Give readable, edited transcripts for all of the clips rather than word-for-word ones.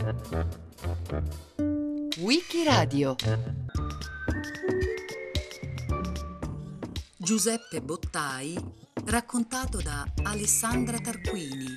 Wikiradio. Giuseppe Bottai, raccontato da Alessandra Tarquini.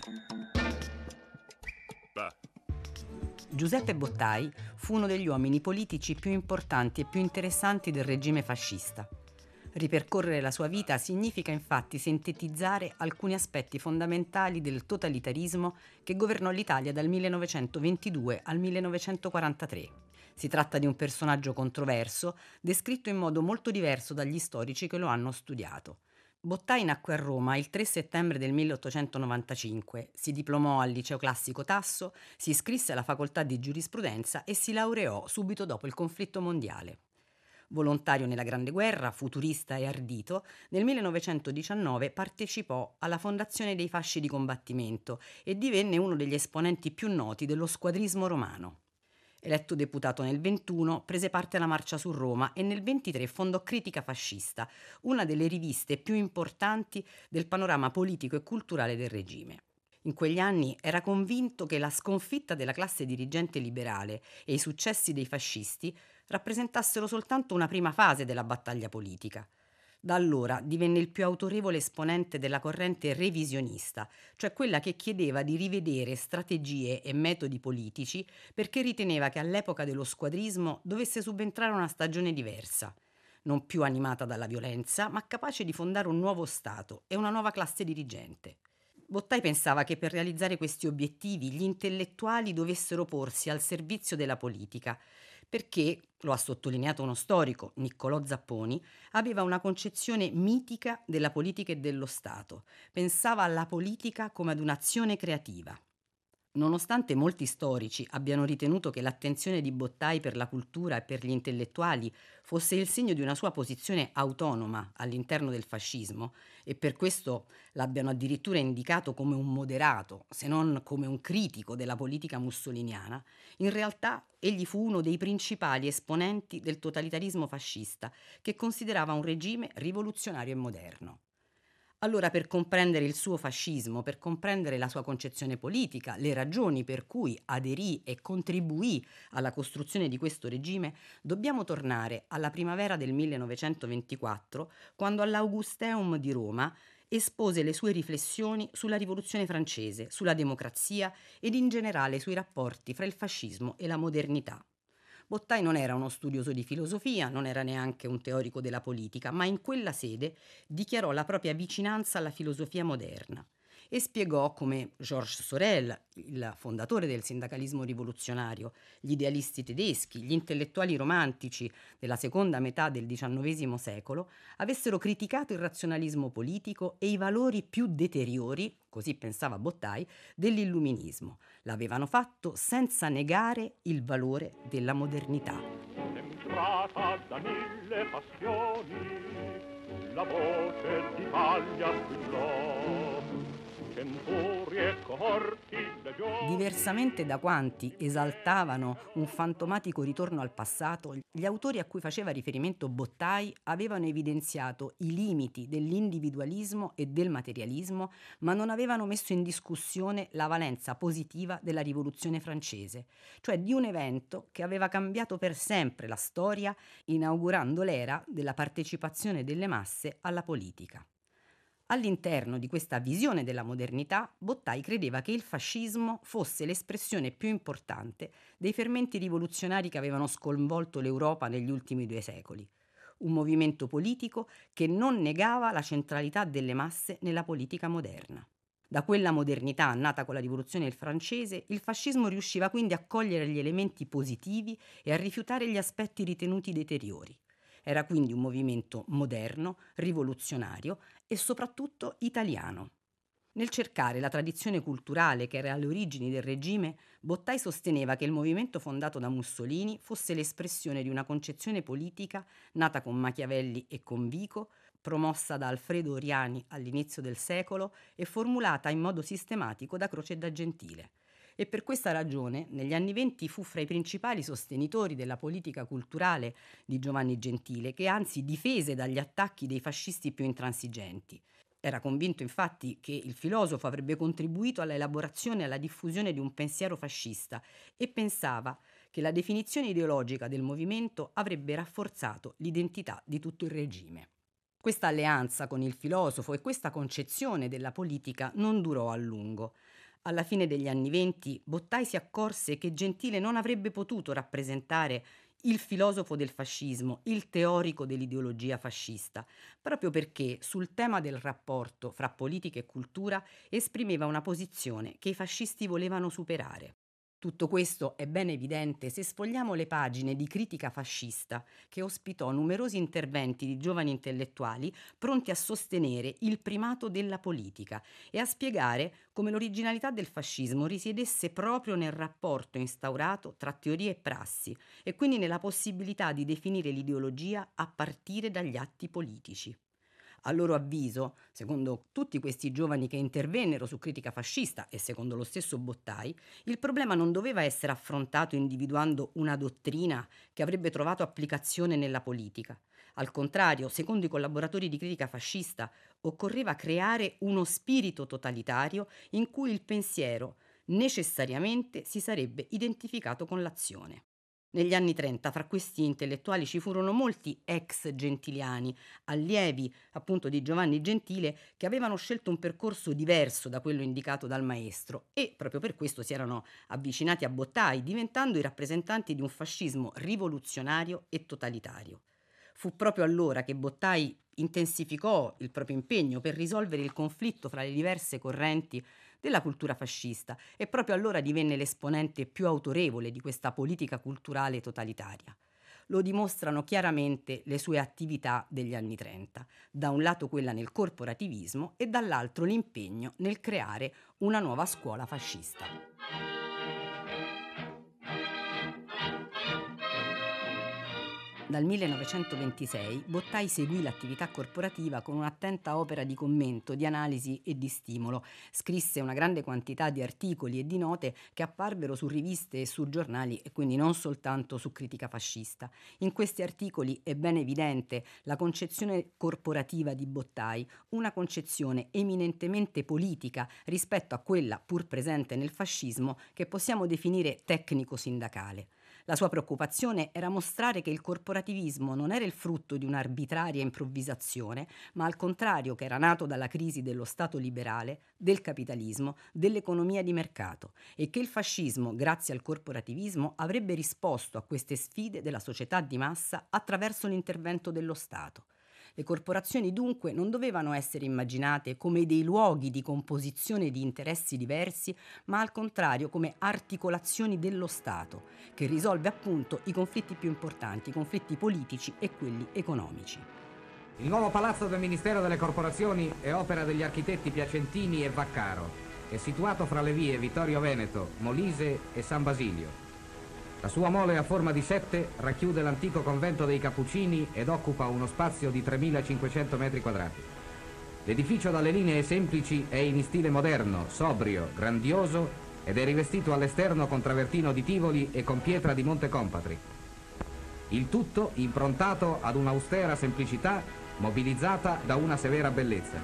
Giuseppe Bottai fu uno degli uomini politici più importanti e più interessanti del regime fascista. Ripercorrere la sua vita significa infatti sintetizzare alcuni aspetti fondamentali del totalitarismo che governò l'Italia dal 1922 al 1943. Si tratta di un personaggio controverso, descritto in modo molto diverso dagli storici che lo hanno studiato. Bottai nacque a Roma il 3 settembre del 1895, si diplomò al Liceo Classico Tasso, si iscrisse alla facoltà di giurisprudenza e si laureò subito dopo il conflitto mondiale. Volontario nella Grande Guerra, futurista e ardito, nel 1919 partecipò alla fondazione dei fasci di combattimento e divenne uno degli esponenti più noti dello squadrismo romano. Eletto deputato nel 21, prese parte alla Marcia su Roma e nel 23 fondò Critica Fascista, una delle riviste più importanti del panorama politico e culturale del regime. In quegli anni era convinto che la sconfitta della classe dirigente liberale e i successi dei fascisti rappresentassero soltanto una prima fase della battaglia politica. Da allora divenne il più autorevole esponente della corrente revisionista, cioè quella che chiedeva di rivedere strategie e metodi politici perché riteneva che all'epoca dello squadrismo dovesse subentrare una stagione diversa, non più animata dalla violenza, ma capace di fondare un nuovo Stato e una nuova classe dirigente. Bottai pensava che per realizzare questi obiettivi gli intellettuali dovessero porsi al servizio della politica, perché, lo ha sottolineato uno storico, Niccolò Zapponi, aveva una concezione mitica della politica e dello Stato. Pensava alla politica come ad un'azione creativa. Nonostante molti storici abbiano ritenuto che l'attenzione di Bottai per la cultura e per gli intellettuali fosse il segno di una sua posizione autonoma all'interno del fascismo e per questo l'abbiano addirittura indicato come un moderato, se non come un critico della politica mussoliniana, in realtà egli fu uno dei principali esponenti del totalitarismo fascista che considerava un regime rivoluzionario e moderno. Allora, per comprendere il suo fascismo, per comprendere la sua concezione politica, le ragioni per cui aderì e contribuì alla costruzione di questo regime, dobbiamo tornare alla primavera del 1924, quando all'Augusteum di Roma espose le sue riflessioni sulla rivoluzione francese, sulla democrazia ed in generale sui rapporti fra il fascismo e la modernità. Bottai non era uno studioso di filosofia, non era neanche un teorico della politica, ma in quella sede dichiarò la propria vicinanza alla filosofia moderna e spiegò come Georges Sorel, il fondatore del sindacalismo rivoluzionario, gli idealisti tedeschi, gli intellettuali romantici della seconda metà del XIX secolo avessero criticato il razionalismo politico e i valori più deteriori, così pensava Bottai, dell'illuminismo. L'avevano fatto senza negare il valore della modernità. Sembrata da mille passioni, la voce d'Italia squillò. Centurie, cohorti, legioni. Diversamente da quanti esaltavano un fantomatico ritorno al passato, gli autori a cui faceva riferimento Bottai avevano evidenziato i limiti dell'individualismo e del materialismo, ma non avevano messo in discussione la valenza positiva della Rivoluzione francese, cioè di un evento che aveva cambiato per sempre la storia, inaugurando l'era della partecipazione delle masse alla politica. All'interno di questa visione della modernità, Bottai credeva che il fascismo fosse l'espressione più importante dei fermenti rivoluzionari che avevano sconvolto l'Europa negli ultimi 2 secoli. Un movimento politico che non negava la centralità delle masse nella politica moderna. Da quella modernità nata con la rivoluzione francese, il fascismo riusciva quindi a cogliere gli elementi positivi e a rifiutare gli aspetti ritenuti deteriori. Era quindi un movimento moderno, rivoluzionario e soprattutto italiano. Nel cercare la tradizione culturale che era alle origini del regime, Bottai sosteneva che il movimento fondato da Mussolini fosse l'espressione di una concezione politica nata con Machiavelli e con Vico, promossa da Alfredo Oriani all'inizio del secolo e formulata in modo sistematico da Croce e da Gentile. E per questa ragione, negli anni '20 fu fra i principali sostenitori della politica culturale di Giovanni Gentile, che anzi difese dagli attacchi dei fascisti più intransigenti. Era convinto infatti che il filosofo avrebbe contribuito alla elaborazione e alla diffusione di un pensiero fascista e pensava che la definizione ideologica del movimento avrebbe rafforzato l'identità di tutto il regime. Questa alleanza con il filosofo e questa concezione della politica non durò a lungo. Alla fine degli anni '20 Bottai si accorse che Gentile non avrebbe potuto rappresentare il filosofo del fascismo, il teorico dell'ideologia fascista, proprio perché sul tema del rapporto fra politica e cultura esprimeva una posizione che i fascisti volevano superare. Tutto questo è ben evidente se sfogliamo le pagine di Critica fascista, che ospitò numerosi interventi di giovani intellettuali pronti a sostenere il primato della politica e a spiegare come l'originalità del fascismo risiedesse proprio nel rapporto instaurato tra teoria e prassi e quindi nella possibilità di definire l'ideologia a partire dagli atti politici. A loro avviso, secondo tutti questi giovani che intervennero su Critica fascista e secondo lo stesso Bottai, il problema non doveva essere affrontato individuando una dottrina che avrebbe trovato applicazione nella politica. Al contrario, secondo i collaboratori di Critica fascista, occorreva creare uno spirito totalitario in cui il pensiero necessariamente si sarebbe identificato con l'azione. Negli anni '30 fra questi intellettuali ci furono molti ex gentiliani, allievi appunto di Giovanni Gentile, che avevano scelto un percorso diverso da quello indicato dal maestro e proprio per questo si erano avvicinati a Bottai, diventando i rappresentanti di un fascismo rivoluzionario e totalitario. Fu proprio allora che Bottai intensificò il proprio impegno per risolvere il conflitto fra le diverse correnti della cultura fascista e proprio allora divenne l'esponente più autorevole di questa politica culturale totalitaria. Lo dimostrano chiaramente le sue attività degli anni '30, da un lato quella nel corporativismo e dall'altro l'impegno nel creare una nuova scuola fascista. Dal 1926 Bottai seguì l'attività corporativa con un'attenta opera di commento, di analisi e di stimolo. Scrisse una grande quantità di articoli e di note che apparvero su riviste e su giornali e quindi non soltanto su Critica fascista. In questi articoli è ben evidente la concezione corporativa di Bottai, una concezione eminentemente politica rispetto a quella pur presente nel fascismo che possiamo definire tecnico-sindacale. La sua preoccupazione era mostrare che il corporativismo non era il frutto di un'arbitraria improvvisazione, ma al contrario che era nato dalla crisi dello Stato liberale, del capitalismo, dell'economia di mercato e che il fascismo, grazie al corporativismo, avrebbe risposto a queste sfide della società di massa attraverso l'intervento dello Stato. Le corporazioni dunque non dovevano essere immaginate come dei luoghi di composizione di interessi diversi, ma al contrario come articolazioni dello Stato, che risolve appunto i conflitti più importanti, i conflitti politici e quelli economici. Il nuovo palazzo del Ministero delle Corporazioni è opera degli architetti Piacentini e Vaccaro. È situato fra le vie Vittorio Veneto, Molise e San Basilio. La sua mole a forma di sette racchiude l'antico convento dei Cappuccini ed occupa uno spazio di 3.500 metri quadrati. L'edificio dalle linee semplici è in stile moderno, sobrio, grandioso ed è rivestito all'esterno con travertino di Tivoli e con pietra di Monte Compatri. Il tutto improntato ad un'austera semplicità mobilizzata da una severa bellezza.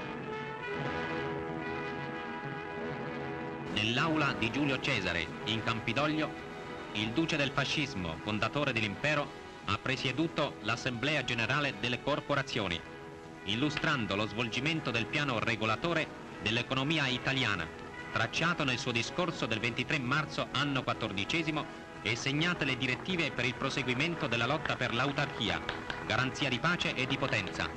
Nell'aula di Giulio Cesare, in Campidoglio, il duce del fascismo, fondatore dell'impero, ha presieduto l'Assemblea Generale delle Corporazioni, illustrando lo svolgimento del piano regolatore dell'economia italiana, tracciato nel suo discorso del 23 marzo anno 14 e segnate le direttive per il proseguimento della lotta per l'autarchia, garanzia di pace e di potenza.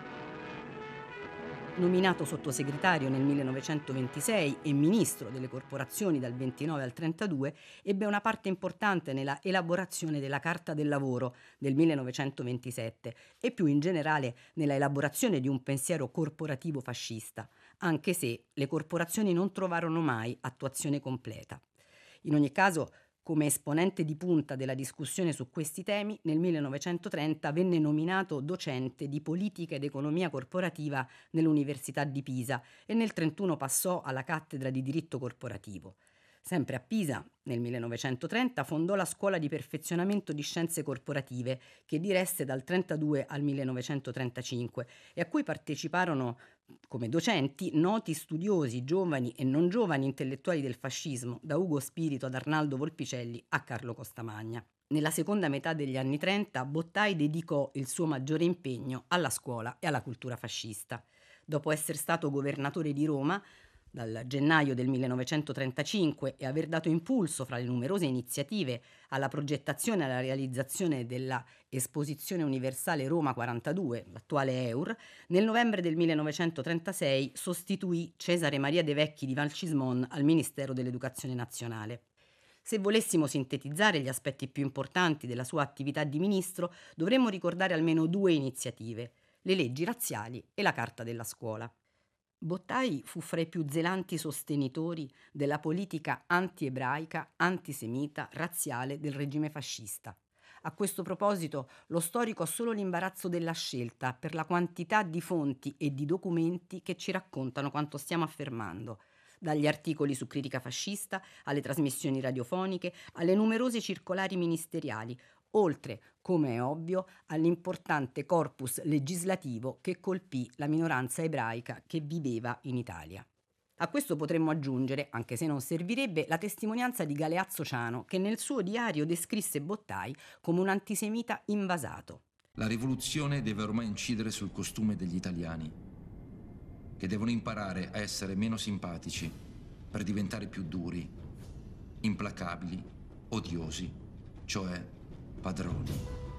Nominato sottosegretario nel 1926 e ministro delle corporazioni dal 29 al 32, ebbe una parte importante nella elaborazione della Carta del Lavoro del 1927 e più in generale nella elaborazione di un pensiero corporativo fascista, anche se le corporazioni non trovarono mai attuazione completa. In ogni caso, come esponente di punta della discussione su questi temi, nel 1930 venne nominato docente di politica ed economia corporativa nell'Università di Pisa e nel 1931 passò alla cattedra di diritto corporativo. Sempre a Pisa, nel 1930, fondò la Scuola di perfezionamento di scienze corporative, che diresse dal 1932 al 1935 e a cui parteciparono come docenti noti studiosi, giovani e non giovani intellettuali del fascismo, da Ugo Spirito ad Arnaldo Volpicelli a Carlo Costamagna. Nella seconda metà degli anni 30, Bottai dedicò il suo maggiore impegno alla scuola e alla cultura fascista. Dopo essere stato governatore di Roma, dal gennaio del 1935 e aver dato impulso fra le numerose iniziative alla progettazione e alla realizzazione della Esposizione Universale Roma 42, l'attuale EUR, nel novembre del 1936 sostituì Cesare Maria De Vecchi di Valcismon al Ministero dell'Educazione Nazionale. Se volessimo sintetizzare gli aspetti più importanti della sua attività di ministro, dovremmo ricordare almeno due iniziative: le leggi razziali e la Carta della Scuola. Bottai fu fra i più zelanti sostenitori della politica anti-ebraica, antisemita, razziale del regime fascista. A questo proposito, lo storico ha solo l'imbarazzo della scelta per la quantità di fonti e di documenti che ci raccontano quanto stiamo affermando, dagli articoli su critica fascista, alle trasmissioni radiofoniche, alle numerose circolari ministeriali, oltre, come è ovvio, all'importante corpus legislativo che colpì la minoranza ebraica che viveva in Italia. A questo potremmo aggiungere, anche se non servirebbe, la testimonianza di Galeazzo Ciano, che nel suo diario descrisse Bottai come un antisemita invasato. La rivoluzione deve ormai incidere sul costume degli italiani, che devono imparare a essere meno simpatici per diventare più duri, implacabili, odiosi, cioè padroni.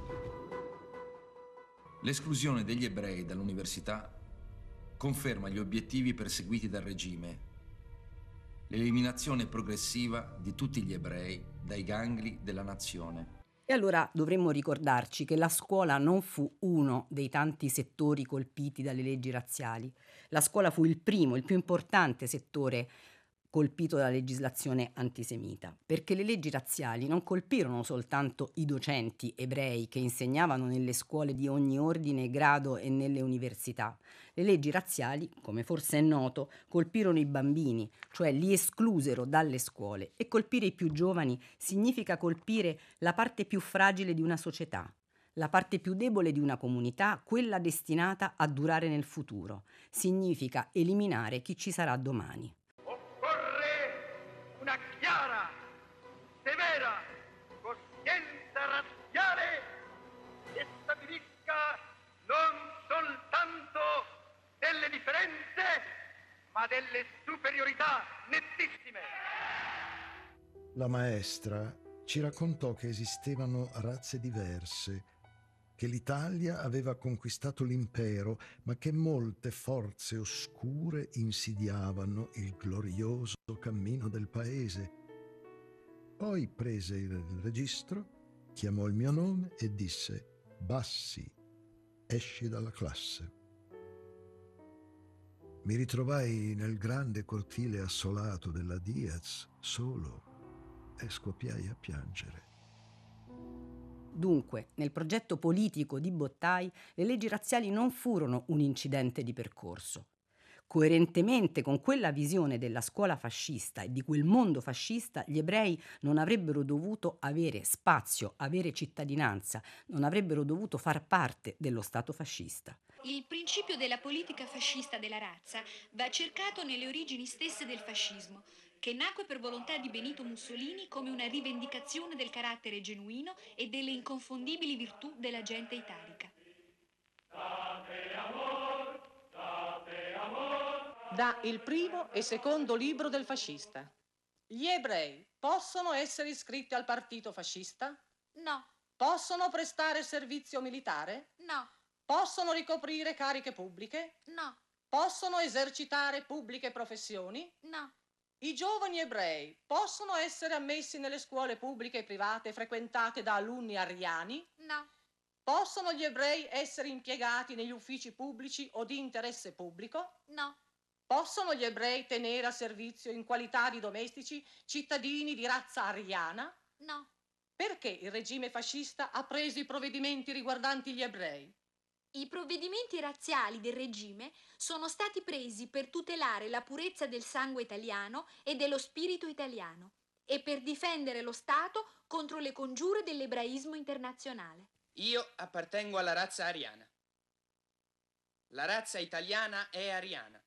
L'esclusione degli ebrei dall'università conferma gli obiettivi perseguiti dal regime: l'eliminazione progressiva di tutti gli ebrei dai gangli della nazione. E allora dovremmo ricordarci che la scuola non fu uno dei tanti settori colpiti dalle leggi razziali. La scuola fu il primo, il più importante settore colpito dalla legislazione antisemita, perché le leggi razziali non colpirono soltanto i docenti ebrei che insegnavano nelle scuole di ogni ordine e grado e nelle università. Le leggi razziali, come forse è noto, colpirono i bambini, cioè li esclusero dalle scuole, e colpire i più giovani significa colpire la parte più fragile di una società, la parte più debole di una comunità, quella destinata a durare nel futuro. Significa eliminare chi ci sarà domani. Una chiara, severa coscienza razziale che stabilisca non soltanto delle differenze, ma delle superiorità nettissime. La maestra ci raccontò che esistevano razze diverse, che l'Italia aveva conquistato l'impero, ma che molte forze oscure insidiavano il glorioso cammino del paese. Poi prese il registro, chiamò il mio nome e disse: Bassi, esci dalla classe. Mi ritrovai nel grande cortile assolato della Diaz, solo, e scoppiai a piangere. Dunque, nel progetto politico di Bottai, le leggi razziali non furono un incidente di percorso. Coerentemente con quella visione della scuola fascista e di quel mondo fascista, gli ebrei non avrebbero dovuto avere spazio, avere cittadinanza, non avrebbero dovuto far parte dello Stato fascista. Il principio della politica fascista della razza va cercato nelle origini stesse del fascismo, che nacque per volontà di Benito Mussolini come una rivendicazione del carattere genuino e delle inconfondibili virtù della gente italica. Da Il primo e secondo libro del fascista. Gli ebrei possono essere iscritti al partito fascista? No. Possono prestare servizio militare? No. Possono ricoprire cariche pubbliche? No. Possono esercitare pubbliche professioni? No. I giovani ebrei possono essere ammessi nelle scuole pubbliche e private frequentate da alunni ariani? No. Possono gli ebrei essere impiegati negli uffici pubblici o di interesse pubblico? No. Possono gli ebrei tenere a servizio in qualità di domestici cittadini di razza ariana? No. Perché il regime fascista ha preso i provvedimenti riguardanti gli ebrei? I provvedimenti razziali del regime sono stati presi per tutelare la purezza del sangue italiano e dello spirito italiano e per difendere lo Stato contro le congiure dell'ebraismo internazionale. Io appartengo alla razza ariana. La razza italiana è ariana.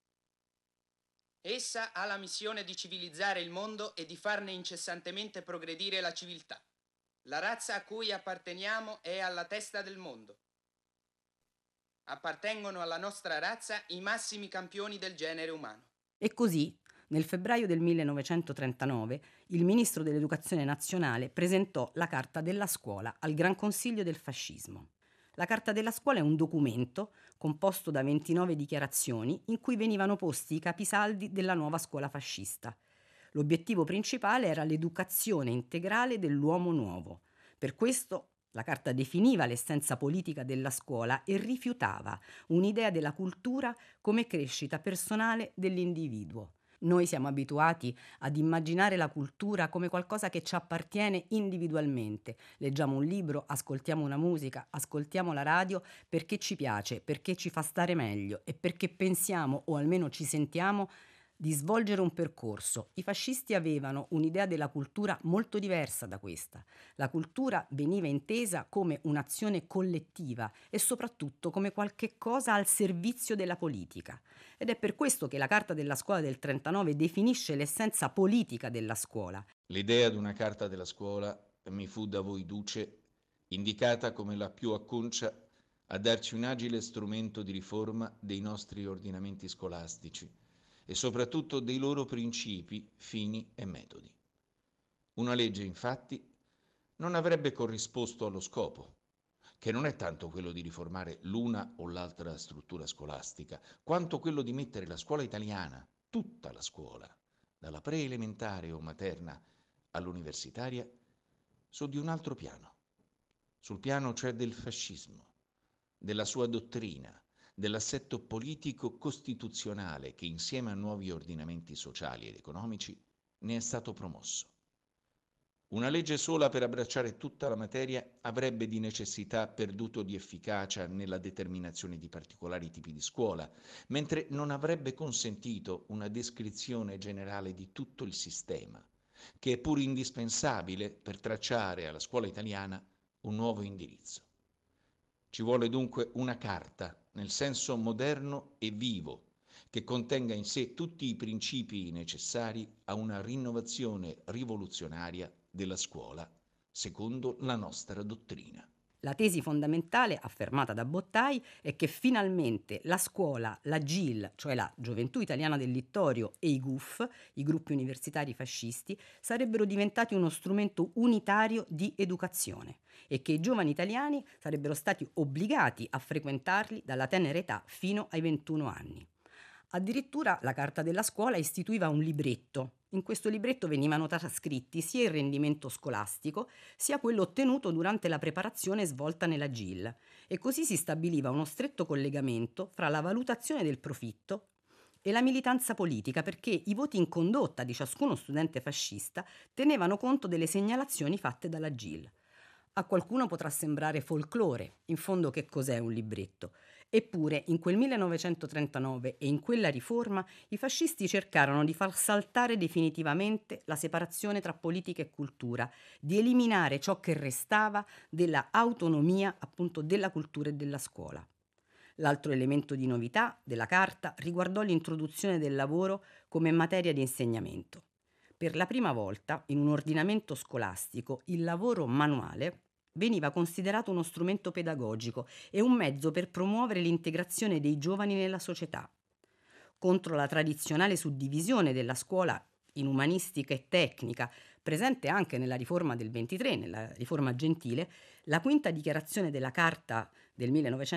Essa ha la missione di civilizzare il mondo e di farne incessantemente progredire la civiltà. La razza a cui apparteniamo è alla testa del mondo. Appartengono alla nostra razza i massimi campioni del genere umano. E così, nel febbraio del 1939, il ministro dell'Educazione Nazionale presentò la Carta della Scuola al Gran Consiglio del Fascismo. La Carta della Scuola è un documento composto da 29 dichiarazioni in cui venivano posti i capisaldi della nuova scuola fascista. L'obiettivo principale era l'educazione integrale dell'uomo nuovo. Per questo la Carta definiva l'essenza politica della scuola e rifiutava un'idea della cultura come crescita personale dell'individuo. Noi siamo abituati ad immaginare la cultura come qualcosa che ci appartiene individualmente. Leggiamo un libro, ascoltiamo una musica, ascoltiamo la radio perché ci piace, perché ci fa stare meglio e perché pensiamo, o almeno ci sentiamo, di svolgere un percorso. I fascisti avevano un'idea della cultura molto diversa da questa. La cultura veniva intesa come un'azione collettiva e soprattutto come qualche cosa al servizio della politica. Ed è per questo che la Carta della Scuola del 39 definisce l'essenza politica della scuola. L'idea di una Carta della Scuola mi fu da voi, Duce, indicata come la più acconcia a darci un agile strumento di riforma dei nostri ordinamenti scolastici e soprattutto dei loro principi, fini e metodi. Una legge, infatti, non avrebbe corrisposto allo scopo, che non è tanto quello di riformare l'una o l'altra struttura scolastica, quanto quello di mettere la scuola italiana, tutta la scuola, dalla preelementare o materna all'universitaria, su di un altro piano, sul piano cioè del fascismo, della sua dottrina, dell'assetto politico costituzionale che insieme a nuovi ordinamenti sociali ed economici ne è stato promosso. Una legge sola per abbracciare tutta la materia avrebbe di necessità perduto di efficacia nella determinazione di particolari tipi di scuola, mentre non avrebbe consentito una descrizione generale di tutto il sistema, che è pur indispensabile per tracciare alla scuola italiana un nuovo indirizzo. Ci vuole dunque una carta, nel senso moderno e vivo, che contenga in sé tutti i principi necessari a una rinnovazione rivoluzionaria della scuola, secondo la nostra dottrina. La tesi fondamentale affermata da Bottai è che finalmente la scuola, la GIL, cioè la Gioventù Italiana del Littorio, e i GUF, i gruppi universitari fascisti, sarebbero diventati uno strumento unitario di educazione e che i giovani italiani sarebbero stati obbligati a frequentarli dalla tenera età fino ai 21 anni. Addirittura la Carta della Scuola istituiva un libretto. In questo libretto venivano trascritti sia il rendimento scolastico, sia quello ottenuto durante la preparazione svolta nella GIL, e così si stabiliva uno stretto collegamento fra la valutazione del profitto e la militanza politica, perché i voti in condotta di ciascuno studente fascista tenevano conto delle segnalazioni fatte dalla GIL. A qualcuno potrà sembrare folklore, in fondo che cos'è un libretto? Eppure, in quel 1939 e in quella riforma, i fascisti cercarono di far saltare definitivamente la separazione tra politica e cultura, di eliminare ciò che restava della autonomia, appunto, della cultura e della scuola. L'altro elemento di novità della Carta riguardò l'introduzione del lavoro come materia di insegnamento. Per la prima volta, in un ordinamento scolastico, il lavoro manuale veniva considerato uno strumento pedagogico e un mezzo per promuovere l'integrazione dei giovani nella società. Contro la tradizionale suddivisione della scuola in umanistica e tecnica, presente anche nella riforma del 23, nella riforma Gentile, la quinta dichiarazione della Carta del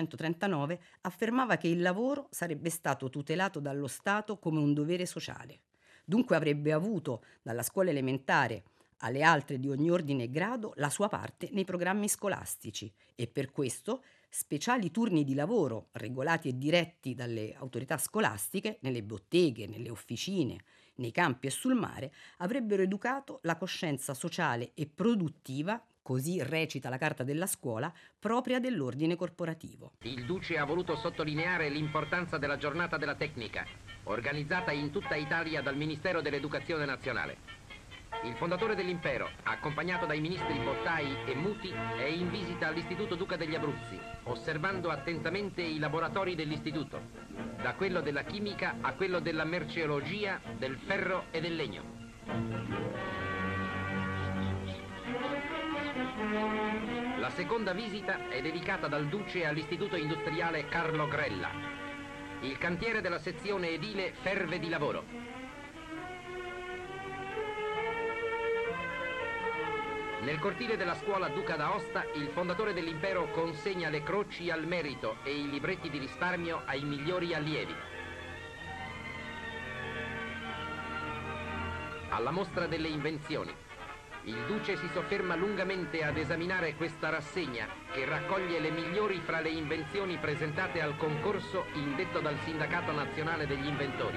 1939 affermava che il lavoro sarebbe stato tutelato dallo Stato come un dovere sociale. Dunque avrebbe avuto, dalla scuola elementare alle altre di ogni ordine e grado, la sua parte nei programmi scolastici e per questo speciali turni di lavoro regolati e diretti dalle autorità scolastiche nelle botteghe, nelle officine, nei campi e sul mare avrebbero educato la coscienza sociale e produttiva così recita la carta della scuola, propria dell'ordine corporativo. Il Duce ha voluto sottolineare l'importanza della giornata della tecnica, organizzata in tutta Italia dal Ministero dell'Educazione Nazionale. Il fondatore dell'impero, accompagnato dai ministri Bottai e Muti, è in visita all'Istituto Duca degli Abruzzi, osservando attentamente i laboratori dell'istituto, da quello della chimica a quello della merceologia, del ferro e del legno. La seconda visita è dedicata dal Duce all'Istituto Industriale Carlo Grella. Il cantiere della sezione edile ferve di lavoro. Nel cortile della scuola Duca d'Aosta, il fondatore dell'impero consegna le croci al merito e i libretti di risparmio ai migliori allievi. Alla mostra delle invenzioni, il Duce si sofferma lungamente ad esaminare questa rassegna che raccoglie le migliori fra le invenzioni presentate al concorso indetto dal Sindacato Nazionale degli Inventori.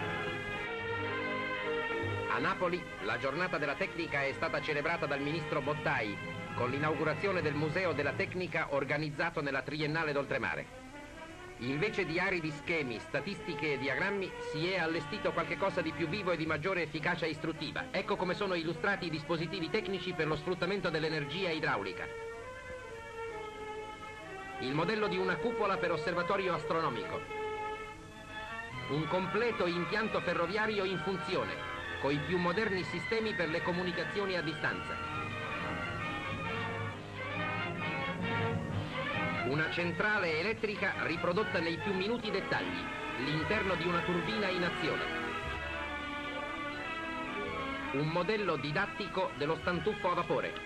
A Napoli, la giornata della tecnica è stata celebrata dal ministro Bottai con l'inaugurazione del Museo della Tecnica organizzato nella Triennale d'Oltremare. Invece di aridi schemi, statistiche e diagrammi, si è allestito qualche cosa di più vivo e di maggiore efficacia istruttiva. Ecco come sono illustrati i dispositivi tecnici per lo sfruttamento dell'energia idraulica. Il modello di una cupola per osservatorio astronomico. Un completo impianto ferroviario in funzione, con i più moderni sistemi per le comunicazioni a distanza. Una centrale elettrica riprodotta nei più minuti dettagli, l'interno di una turbina in azione. Un modello didattico dello stantuffo a vapore.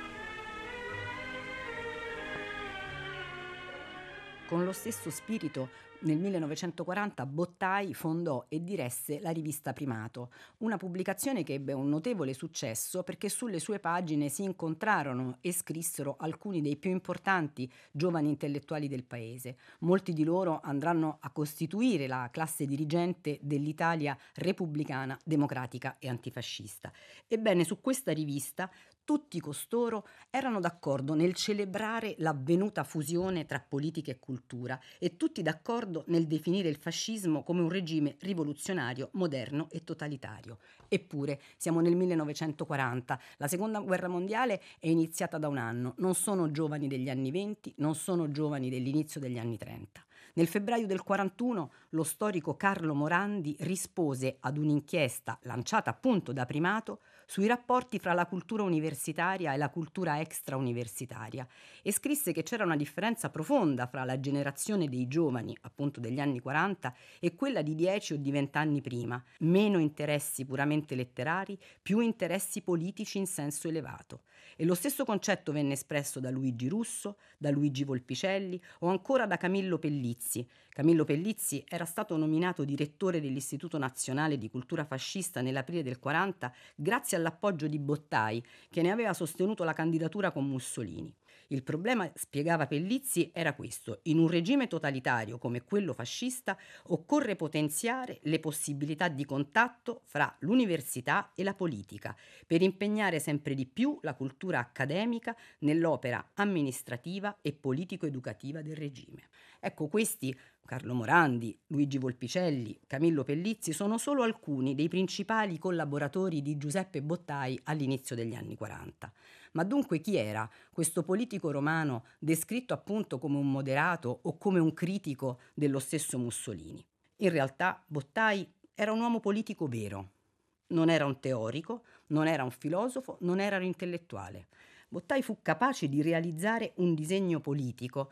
Con lo stesso spirito, nel 1940 Bottai fondò e diresse la rivista Primato, una pubblicazione che ebbe un notevole successo perché sulle sue pagine si incontrarono e scrissero alcuni dei più importanti giovani intellettuali del paese. Molti di loro andranno a costituire la classe dirigente dell'Italia repubblicana, democratica e antifascista. Ebbene, su questa rivista tutti costoro erano d'accordo nel celebrare l'avvenuta fusione tra politica e cultura e tutti d'accordo nel definire il fascismo come un regime rivoluzionario, moderno e totalitario. Eppure siamo nel 1940, la seconda guerra mondiale è iniziata da un anno, non sono giovani degli anni 20, non sono giovani dell'inizio degli anni 30. Nel febbraio del 41 lo storico Carlo Morandi rispose ad un'inchiesta lanciata appunto da Primato sui rapporti fra la cultura universitaria e la cultura extrauniversitaria e scrisse che c'era una differenza profonda fra la generazione dei giovani, appunto degli anni 40, e quella di 10 o di 20 anni prima, meno interessi puramente letterari, più interessi politici in senso elevato. E lo stesso concetto venne espresso da Luigi Russo, da Luigi Volpicelli o ancora da Camillo Pellizzi. Camillo Pellizzi era stato nominato direttore dell'Istituto Nazionale di Cultura Fascista nell'aprile del 40 grazie all'appoggio di Bottai, che ne aveva sostenuto la candidatura con Mussolini. Il problema, spiegava Pellizzi, era questo: in un regime totalitario come quello fascista occorre potenziare le possibilità di contatto fra l'università e la politica per impegnare sempre di più la cultura accademica nell'opera amministrativa e politico-educativa del regime. Ecco, questi, Carlo Morandi, Luigi Volpicelli, Camillo Pellizzi, sono solo alcuni dei principali collaboratori di Giuseppe Bottai all'inizio degli anni 40. Ma dunque chi era questo politico romano descritto appunto come un moderato o come un critico dello stesso Mussolini? In realtà Bottai era un uomo politico vero. Non era un teorico, non era un filosofo, non era un intellettuale. Bottai fu capace di realizzare un disegno politico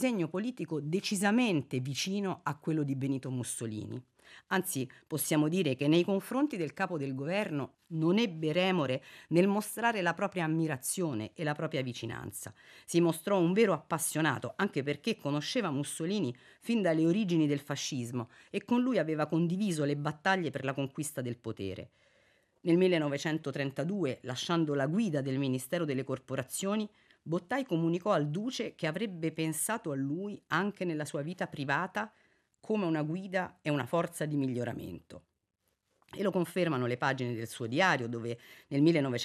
decisamente vicino a quello di Benito Mussolini. Anzi, possiamo dire che nei confronti del capo del governo non ebbe remore nel mostrare la propria ammirazione e la propria vicinanza. Si mostrò un vero appassionato, anche perché conosceva Mussolini fin dalle origini del fascismo e con lui aveva condiviso le battaglie per la conquista del potere. Nel 1932, lasciando la guida del Ministero delle Corporazioni, Bottai comunicò al Duce che avrebbe pensato a lui anche nella sua vita privata come una guida e una forza di miglioramento. E lo confermano le pagine del suo diario, dove nel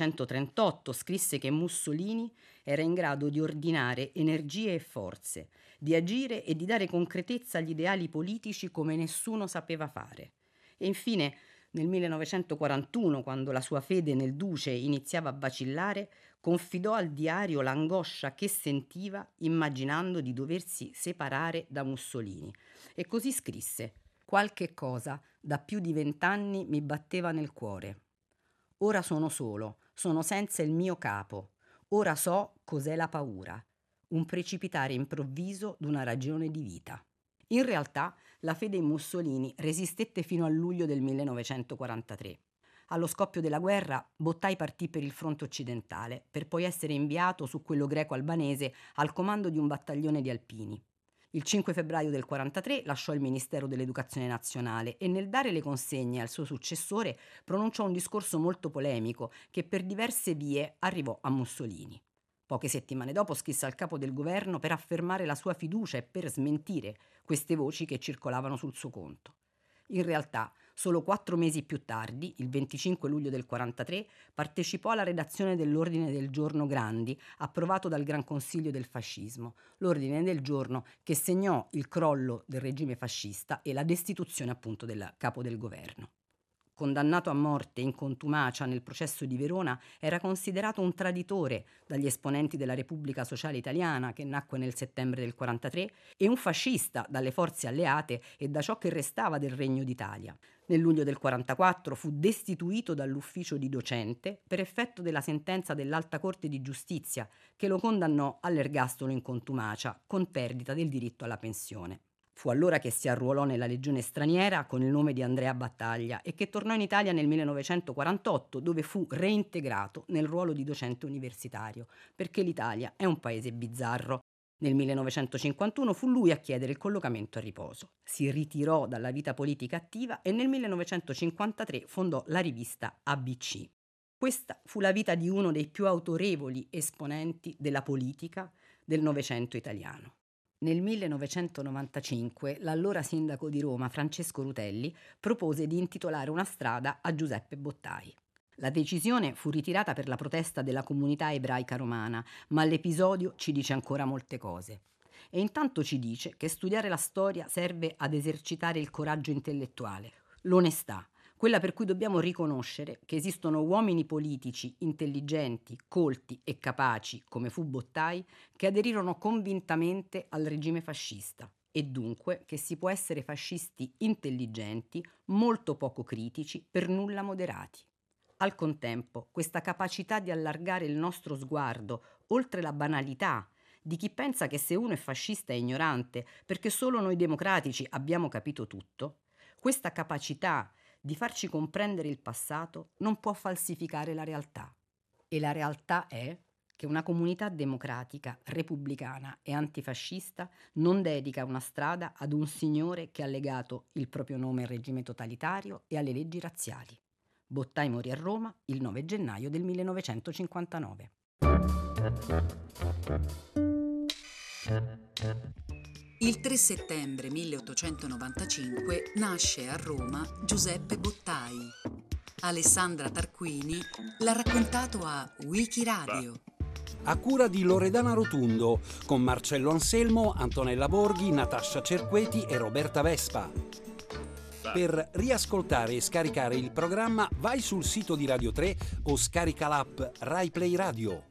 1938 scrisse che Mussolini era in grado di ordinare energie e forze, di agire e di dare concretezza agli ideali politici come nessuno sapeva fare. E infine, nel 1941, quando la sua fede nel duce iniziava a vacillare, confidò al diario l'angoscia che sentiva immaginando di doversi separare da Mussolini. E così scrisse: «Qualche cosa da più di 20 anni mi batteva nel cuore. Ora sono solo, sono senza il mio capo. Ora so cos'è la paura, un precipitare improvviso d'una ragione di vita». In realtà la fede in Mussolini resistette fino a luglio del 1943. Allo scoppio della guerra, Bottai partì per il fronte occidentale, per poi essere inviato su quello greco-albanese al comando di un battaglione di alpini. Il 5 febbraio del 1943 lasciò il Ministero dell'Educazione Nazionale e nel dare le consegne al suo successore pronunciò un discorso molto polemico che per diverse vie arrivò a Mussolini. Poche settimane dopo scrisse al capo del governo per affermare la sua fiducia e per smentire queste voci che circolavano sul suo conto. In realtà, solo 4 mesi più tardi, il 25 luglio del 1943, partecipò alla redazione dell'Ordine del Giorno Grandi, approvato dal Gran Consiglio del Fascismo, l'Ordine del Giorno che segnò il crollo del regime fascista e la destituzione appunto del capo del governo. Condannato a morte in contumacia nel processo di Verona, era considerato un traditore dagli esponenti della Repubblica Sociale Italiana, che nacque nel settembre del 1943, e un fascista dalle forze alleate e da ciò che restava del Regno d'Italia. Nel luglio del 1944 fu destituito dall'ufficio di docente per effetto della sentenza dell'Alta Corte di Giustizia, che lo condannò all'ergastolo in contumacia, con perdita del diritto alla pensione. Fu allora che si arruolò nella legione straniera con il nome di Andrea Battaglia e che tornò in Italia nel 1948, dove fu reintegrato nel ruolo di docente universitario, perché l'Italia è un paese bizzarro. Nel 1951 fu lui a chiedere il collocamento a riposo. Si ritirò dalla vita politica attiva e nel 1953 fondò la rivista ABC. Questa fu la vita di uno dei più autorevoli esponenti della politica del Novecento italiano. Nel 1995 l'allora sindaco di Roma, Francesco Rutelli, propose di intitolare una strada a Giuseppe Bottai. La decisione fu ritirata per la protesta della comunità ebraica romana, ma l'episodio ci dice ancora molte cose. E intanto ci dice che studiare la storia serve ad esercitare il coraggio intellettuale, l'onestà, quella per cui dobbiamo riconoscere che esistono uomini politici intelligenti, colti e capaci, come fu Bottai, che aderirono convintamente al regime fascista e dunque che si può essere fascisti intelligenti, molto poco critici, per nulla moderati. Al contempo, questa capacità di allargare il nostro sguardo oltre la banalità di chi pensa che se uno è fascista è ignorante perché solo noi democratici abbiamo capito tutto, questa capacità di farci comprendere il passato non può falsificare la realtà. E la realtà è che una comunità democratica, repubblicana e antifascista non dedica una strada ad un signore che ha legato il proprio nome al regime totalitario e alle leggi razziali. Bottai morì a Roma il 9 gennaio del 1959. Il 3 settembre 1895 nasce a Roma Giuseppe Bottai. Alessandra Tarquini l'ha raccontato a Wikiradio. A cura di Loredana Rotundo, con Marcello Anselmo, Antonella Borghi, Natascia Cerqueti e Roberta Vespa. Per riascoltare e scaricare il programma vai sul sito di Radio 3 o scarica l'app Rai Play Radio.